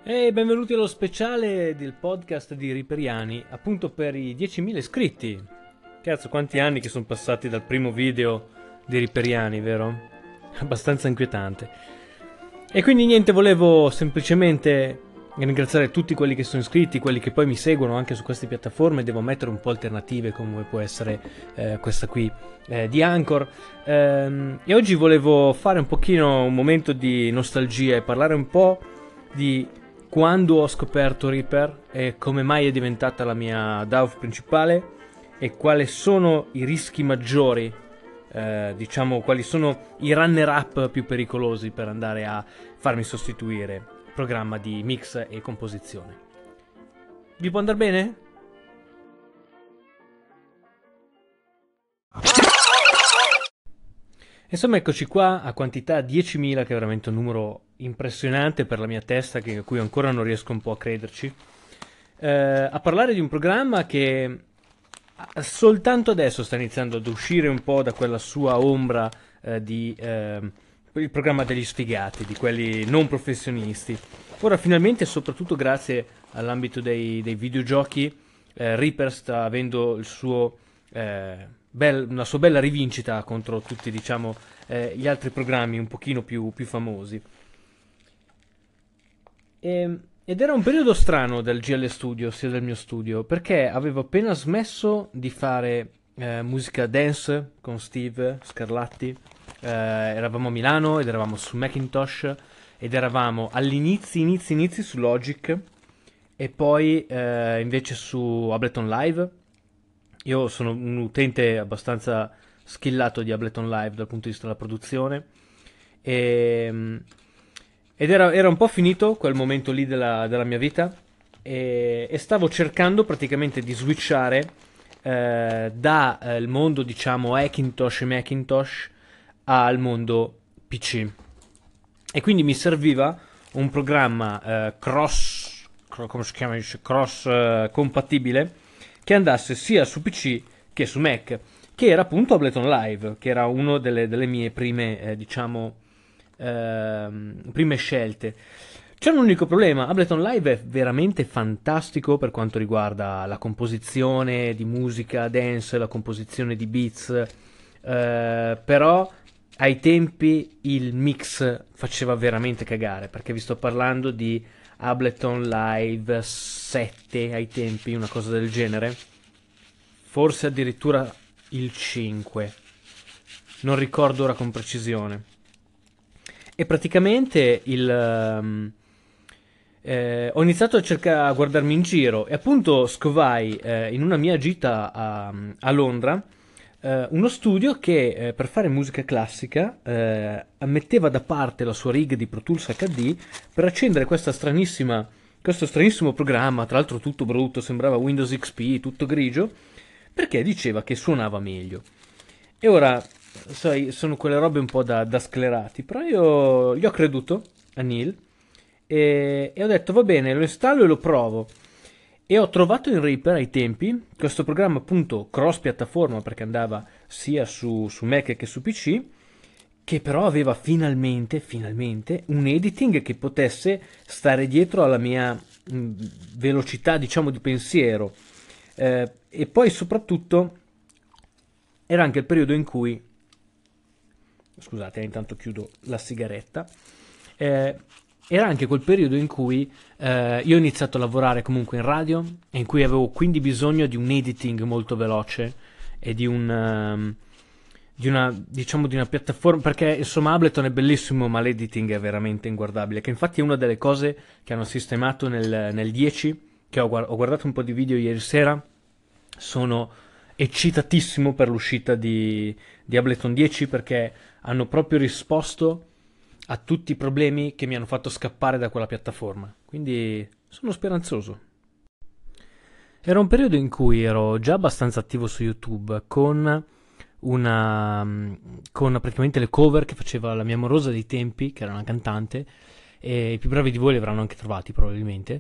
E benvenuti allo speciale del podcast di Riperiani, appunto per i 10.000 iscritti. Cazzo, quanti anni che sono passati dal primo video di Riperiani, vero? Abbastanza inquietante. E quindi niente, volevo semplicemente ringraziare tutti quelli che sono iscritti, quelli che poi mi seguono anche su queste piattaforme. Devo mettere un po' alternative come può essere questa qui di Anchor. E oggi volevo fare un pochino un momento di nostalgia e parlare un po' di quando ho scoperto Reaper e come mai è diventata la mia DAW principale e quali sono i rischi maggiori, diciamo quali sono i runner up più pericolosi per andare a farmi sostituire programma di mix e composizione. Vi può andare bene? Insomma, eccoci qua a quantità 10.000, che è veramente un numero impressionante per la mia testa, a cui ancora non riesco un po' a crederci. A parlare di un programma che soltanto adesso sta iniziando ad uscire un po' da quella sua ombra di il programma degli sfigati, di quelli non professionisti. Ora finalmente, soprattutto grazie all'ambito dei videogiochi, Reaper sta avendo il suo una sua bella rivincita contro tutti, diciamo, gli altri programmi un pochino più famosi. Ed era un periodo strano del GL Studio, sia del mio studio, perché avevo appena smesso di fare musica dance con Steve Scarlatti. Eravamo a Milano ed eravamo su Macintosh ed eravamo inizi su Logic e poi invece su Ableton Live. Io sono un utente abbastanza skillato di Ableton Live dal punto di vista della produzione e, ed era un po' finito quel momento lì della mia vita e stavo cercando praticamente di switchare dal mondo, diciamo, Hackintosh e Macintosh al mondo PC. E quindi mi serviva un programma come si chiama? Cross compatibile che andasse sia su PC che su Mac, che era appunto Ableton Live, che era una delle mie prime, diciamo, prime scelte. C'è un unico problema: Ableton Live è veramente fantastico per quanto riguarda la composizione di musica dance, la composizione di beats, però ai tempi il mix faceva veramente cagare, perché vi sto parlando di Ableton Live 7 ai tempi, una cosa del genere, forse addirittura il 5, non ricordo ora con precisione. E praticamente ho iniziato a guardarmi in giro e appunto scovai in una mia gita a Londra uno studio che per fare musica classica metteva da parte la sua rig di Pro Tools HD per accendere questo stranissimo programma, tra l'altro tutto brutto, sembrava Windows XP, tutto grigio, perché diceva che suonava meglio. E ora, sai, sono quelle robe un po' da sclerati, però io gli ho creduto a Neil e ho detto va bene, lo installo e lo provo. E ho trovato in Reaper ai tempi questo programma appunto cross piattaforma, perché andava sia su Mac che su PC, che però aveva finalmente un editing che potesse stare dietro alla mia velocità, diciamo, di pensiero. E poi soprattutto era anche il periodo in cui, scusate, intanto chiudo la sigaretta, era anche quel periodo in cui io ho iniziato a lavorare comunque in radio e in cui avevo quindi bisogno di un editing molto veloce e diciamo di una piattaforma, perché insomma Ableton è bellissimo ma l'editing è veramente inguardabile, che infatti è una delle cose che hanno sistemato nel 10, che ho guardato un po' di video ieri sera. Sono eccitatissimo per l'uscita di Ableton 10, perché hanno proprio risposto a tutti i problemi che mi hanno fatto scappare da quella piattaforma. Quindi sono speranzoso. Era un periodo in cui ero già abbastanza attivo su YouTube con praticamente le cover che faceva la mia amorosa dei tempi, che era una cantante, e i più bravi di voi li avranno anche trovati probabilmente.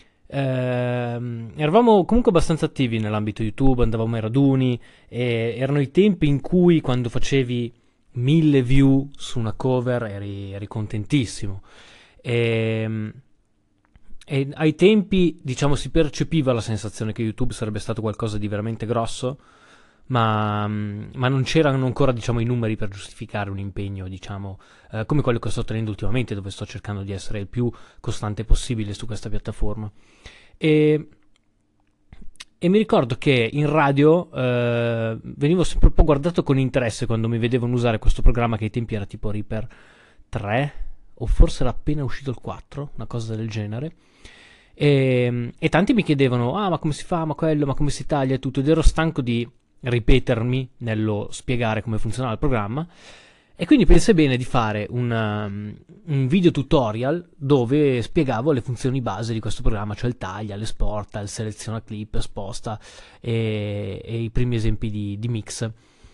Eravamo comunque abbastanza attivi nell'ambito YouTube, andavamo ai raduni e erano i tempi in cui quando facevi 1000 view su una cover eri contentissimo. E e ai tempi, diciamo, si percepiva la sensazione che YouTube sarebbe stato qualcosa di veramente grosso, ma non c'erano ancora, diciamo, i numeri per giustificare un impegno, diciamo, come quello che sto tenendo ultimamente, dove sto cercando di essere il più costante possibile su questa piattaforma. E, e mi ricordo che in radio venivo sempre un po' guardato con interesse quando mi vedevano usare questo programma che ai tempi era tipo Reaper 3, o forse era appena uscito il 4, una cosa del genere. E tanti mi chiedevano, ah, ma come si fa, ma quello, ma come si taglia e tutto, ed ero stanco di ripetermi nello spiegare come funzionava il programma, e quindi pensai bene di fare un video tutorial dove spiegavo le funzioni base di questo programma, cioè il taglia, l'esporta, il seleziona clip, sposta e i primi esempi di mix.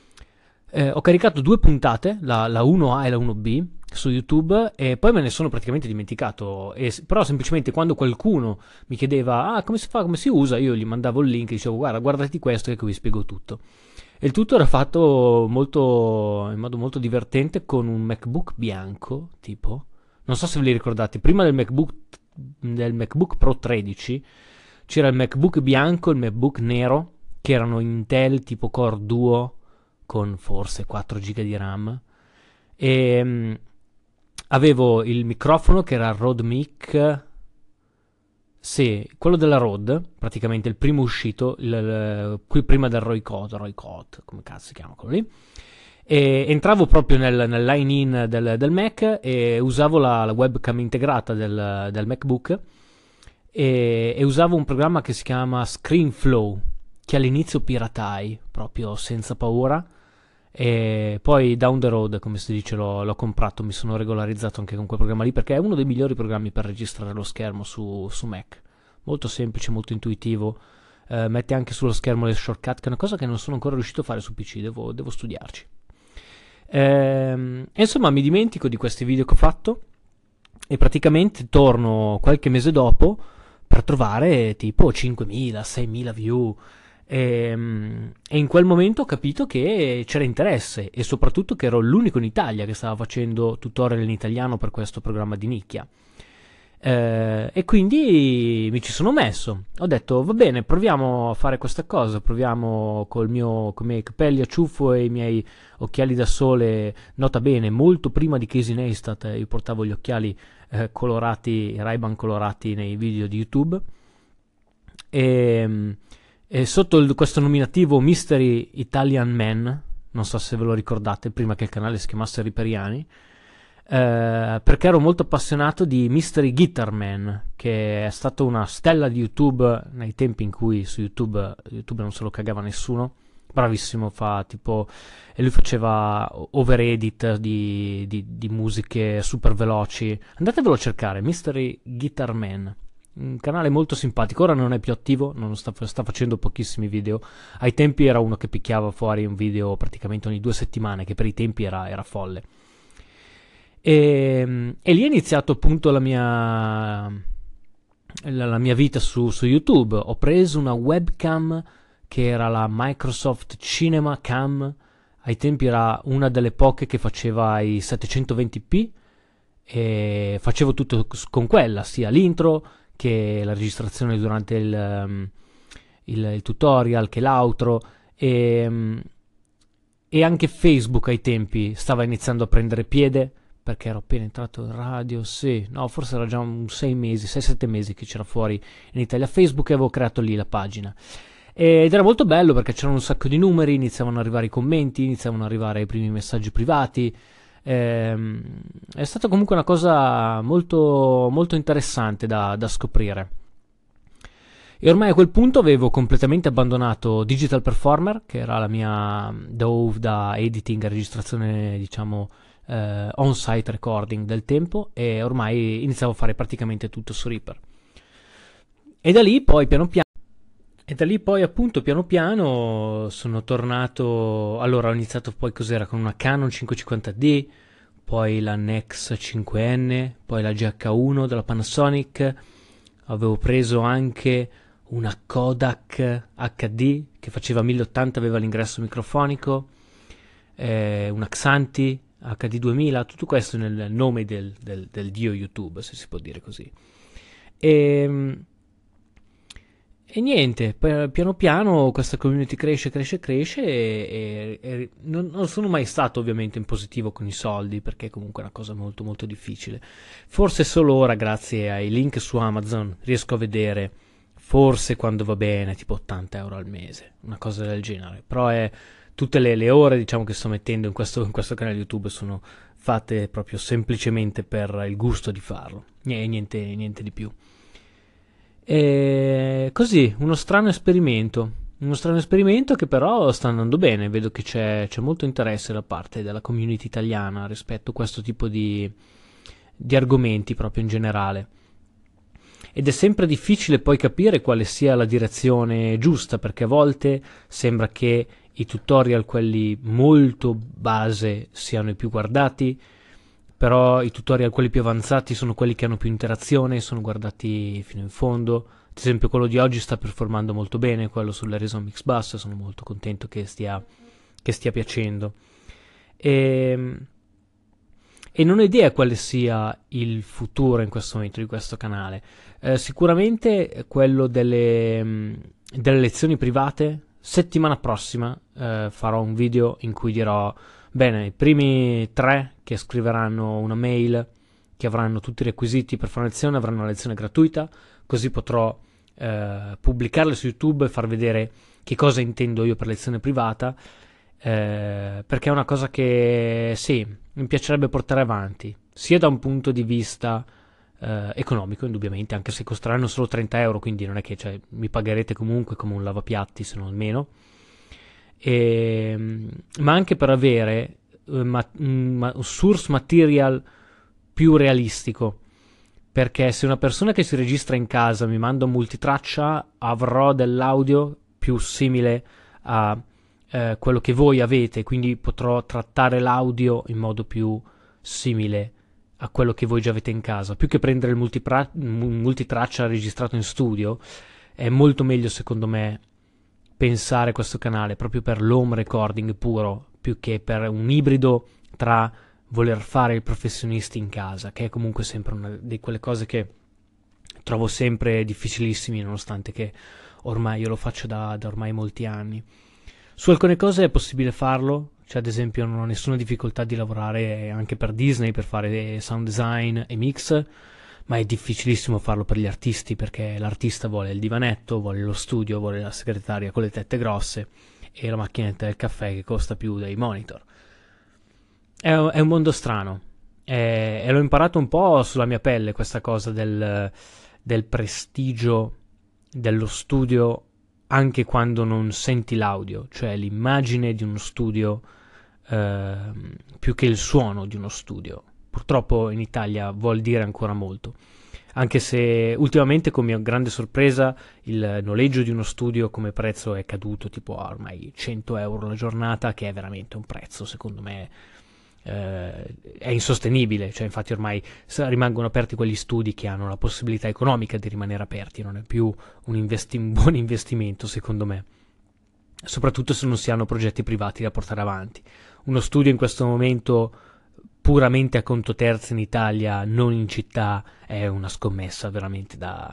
Ho caricato 2 puntate, la 1A e la 1B, su YouTube, e poi me ne sono praticamente dimenticato. Però semplicemente quando qualcuno mi chiedeva, ah, come si fa, come si usa, io gli mandavo il link e dicevo, guarda, guardati questo che vi spiego tutto. E il tutto era fatto in modo molto divertente con un MacBook bianco, tipo. Non so se ve li ricordate, prima del MacBook Pro 13 c'era il MacBook bianco e il MacBook nero, che erano Intel tipo Core Duo con forse 4 GB di RAM. E avevo il microfono che era il Rode Mic, sì, quello della Rode, praticamente il primo uscito, qui prima del Roycott, come cazzo si chiama quello lì. E entravo proprio nel line-in del Mac e usavo la webcam integrata del MacBook e usavo un programma che si chiama ScreenFlow, che all'inizio piratai, proprio senza paura, e poi down the road, come si dice, l'ho comprato, mi sono regolarizzato anche con quel programma lì perché è uno dei migliori programmi per registrare lo schermo su Mac, molto semplice, molto intuitivo, mette anche sullo schermo le shortcut, che è una cosa che non sono ancora riuscito a fare su PC, devo studiarci. Insomma, mi dimentico di questi video che ho fatto e praticamente torno qualche mese dopo per trovare tipo 5.000, 6.000 view. E in quel momento ho capito che c'era interesse e soprattutto che ero l'unico in Italia che stava facendo tutorial in italiano per questo programma di nicchia. E quindi mi ci sono messo. Ho detto, va bene, proviamo a fare questa cosa. Proviamo con i miei capelli a ciuffo e i miei occhiali da sole. Nota bene, molto prima di Casey Neistat, io portavo gli occhiali colorati, Ray-Ban colorati nei video di YouTube. E sotto questo nominativo Mystery Italian Man, non so se ve lo ricordate, prima che il canale si chiamasse Riperiani, perché ero molto appassionato di Mystery Guitar Man, che è stato una stella di YouTube nei tempi in cui su YouTube non se lo cagava nessuno. Bravissimo, e lui faceva over edit di musiche super veloci. Andatevelo a cercare, Mystery Guitar Man, un canale molto simpatico. Ora non è più attivo, non sta facendo pochissimi video. Ai tempi era uno che picchiava fuori un video praticamente ogni 2 settimane, che per i tempi era folle. E lì è iniziato appunto la mia vita su YouTube. Ho preso una webcam che era la Microsoft Cinema Cam. Ai tempi era una delle poche che faceva i 720p e facevo tutto con quella, sia l'intro che la registrazione durante il tutorial, che l'outro, e anche Facebook ai tempi stava iniziando a prendere piede, perché ero appena entrato in radio, sì, no, forse era già un 6-7 mesi che c'era fuori in Italia Facebook, e avevo creato lì la pagina. Ed era molto bello perché c'erano un sacco di numeri, iniziavano ad arrivare i commenti, iniziavano ad arrivare i primi messaggi privati. È stata comunque una cosa molto, molto interessante da scoprire. E ormai a quel punto avevo completamente abbandonato Digital Performer, che era la mia DAW da editing e registrazione, diciamo, on-site recording del tempo, e ormai iniziavo a fare praticamente tutto su Reaper. E da lì poi appunto piano piano sono tornato. Allora ho iniziato poi cos'era con una Canon 550D, poi la Nex 5N, poi la GH1 della Panasonic. Avevo preso anche una Kodak HD che faceva 1080, aveva l'ingresso microfonico, una Xanti HD 2000, tutto questo nel nome del dio YouTube, se si può dire così. E, e niente, piano piano questa community cresce e non sono mai stato ovviamente in positivo con i soldi, perché comunque è una cosa molto molto difficile. Forse solo ora, grazie ai link su Amazon, riesco a vedere, forse quando va bene, tipo 80 euro al mese, una cosa del genere. Però è tutte le ore, diciamo, che sto mettendo in questo canale YouTube sono fatte proprio semplicemente per il gusto di farlo, niente di più. E così, uno strano esperimento che però sta andando bene, vedo che c'è molto interesse da parte della community italiana rispetto a questo tipo di argomenti proprio in generale. Ed è sempre difficile poi capire quale sia la direzione giusta, perché a volte sembra che i tutorial, quelli molto base, siano i più guardati, però i tutorial, quelli più avanzati, sono quelli che hanno più interazione, sono guardati fino in fondo. Ad esempio quello di oggi sta performando molto bene, quello sull'Horizon Mix Bus, sono molto contento che stia piacendo. E, e non ho idea quale sia il futuro in questo momento di questo canale. Sicuramente quello delle lezioni private. Settimana prossima farò un video in cui dirò: bene, i primi 3 che scriveranno una mail, che avranno tutti i requisiti per fare una lezione, avranno una lezione gratuita, così potrò pubblicarle su YouTube e far vedere che cosa intendo io per lezione privata, perché è una cosa che sì, mi piacerebbe portare avanti, sia da un punto di vista economico, indubbiamente, anche se costeranno solo 30 euro, quindi non è che, cioè, mi pagherete comunque come un lavapiatti, se non meno, ma anche per avere un source material più realistico, perché se una persona che si registra in casa mi manda un multitraccia, avrò dell'audio più simile a quello che voi avete, quindi potrò trattare l'audio in modo più simile a quello che voi già avete in casa. Più che prendere il multitraccia registrato in studio, è molto meglio secondo me pensare questo canale proprio per l'home recording puro, più che per un ibrido tra voler fare il professionista in casa, che è comunque sempre una di quelle cose che trovo sempre difficilissimi, nonostante che ormai io lo faccio da ormai molti anni. Su alcune cose è possibile farlo, cioè ad esempio non ho nessuna difficoltà di lavorare anche per Disney per fare sound design e mix, ma è difficilissimo farlo per gli artisti, perché l'artista vuole il divanetto, vuole lo studio, vuole la segretaria con le tette grosse e la macchinetta del caffè che costa più dei monitor. È un mondo strano, e l'ho imparato un po' sulla mia pelle questa cosa del prestigio dello studio anche quando non senti l'audio, cioè l'immagine di uno studio più che il suono di uno studio. Purtroppo in Italia vuol dire ancora molto, anche se ultimamente, con mia grande sorpresa, il noleggio di uno studio come prezzo è caduto tipo a ormai 100 euro la giornata, che è veramente un prezzo secondo me è insostenibile, cioè infatti ormai rimangono aperti quegli studi che hanno la possibilità economica di rimanere aperti, non è più un buon investimento secondo me, soprattutto se non si hanno progetti privati da portare avanti. Uno studio in questo momento puramente a conto terzi in Italia, non in città, è una scommessa veramente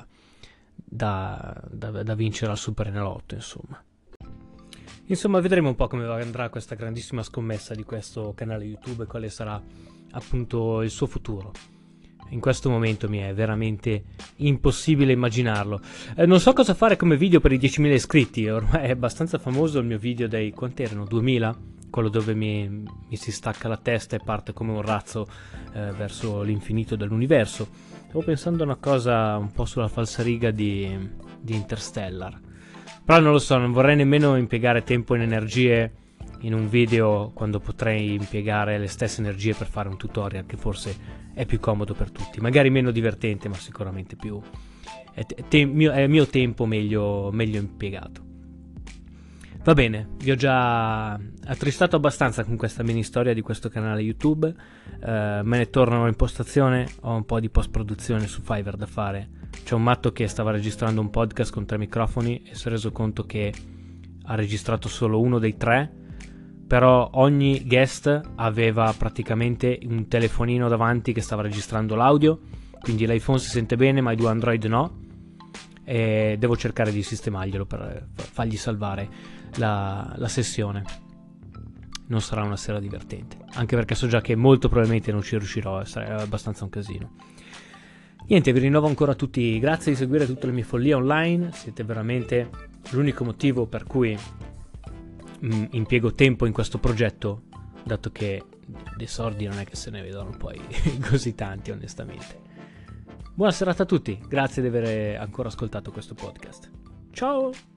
da vincere al Super Enalotto, insomma. Insomma, vedremo un po' come andrà questa grandissima scommessa di questo canale YouTube e quale sarà appunto il suo futuro. In questo momento mi è veramente impossibile immaginarlo. Non so cosa fare come video per i 10.000 iscritti, ormai è abbastanza famoso il mio video dei, quanti erano? 2000? Quello dove mi si stacca la testa e parte come un razzo verso l'infinito dell'universo. Stavo pensando a una cosa un po' sulla falsariga di Interstellar. Però non lo so, non vorrei nemmeno impiegare tempo e energie in un video quando potrei impiegare le stesse energie per fare un tutorial che forse è più comodo per tutti. Magari meno divertente, ma sicuramente più è mio tempo meglio impiegato. Va bene, vi ho già attristato abbastanza con questa mini storia di questo canale YouTube. Me ne torno in postazione, ho un po' di post produzione su Fiverr da fare. C'è un matto che stava registrando un podcast con 3 microfoni e si è reso conto che ha registrato solo uno dei 3, però ogni guest aveva praticamente un telefonino davanti che stava registrando l'audio quindi l'iPhone si sente bene ma i due Android no, e devo cercare di sistemarglielo per fargli salvare la sessione. Non sarà una sera divertente, anche perché so già che molto probabilmente non ci riuscirò, sarà abbastanza un casino. Niente, vi rinnovo ancora a tutti, grazie di seguire tutte le mie follie online, siete veramente l'unico motivo per cui impiego tempo in questo progetto, dato che dei sordi non è che se ne vedono poi così tanti, onestamente. Buona serata a tutti, grazie di aver ancora ascoltato questo podcast. Ciao!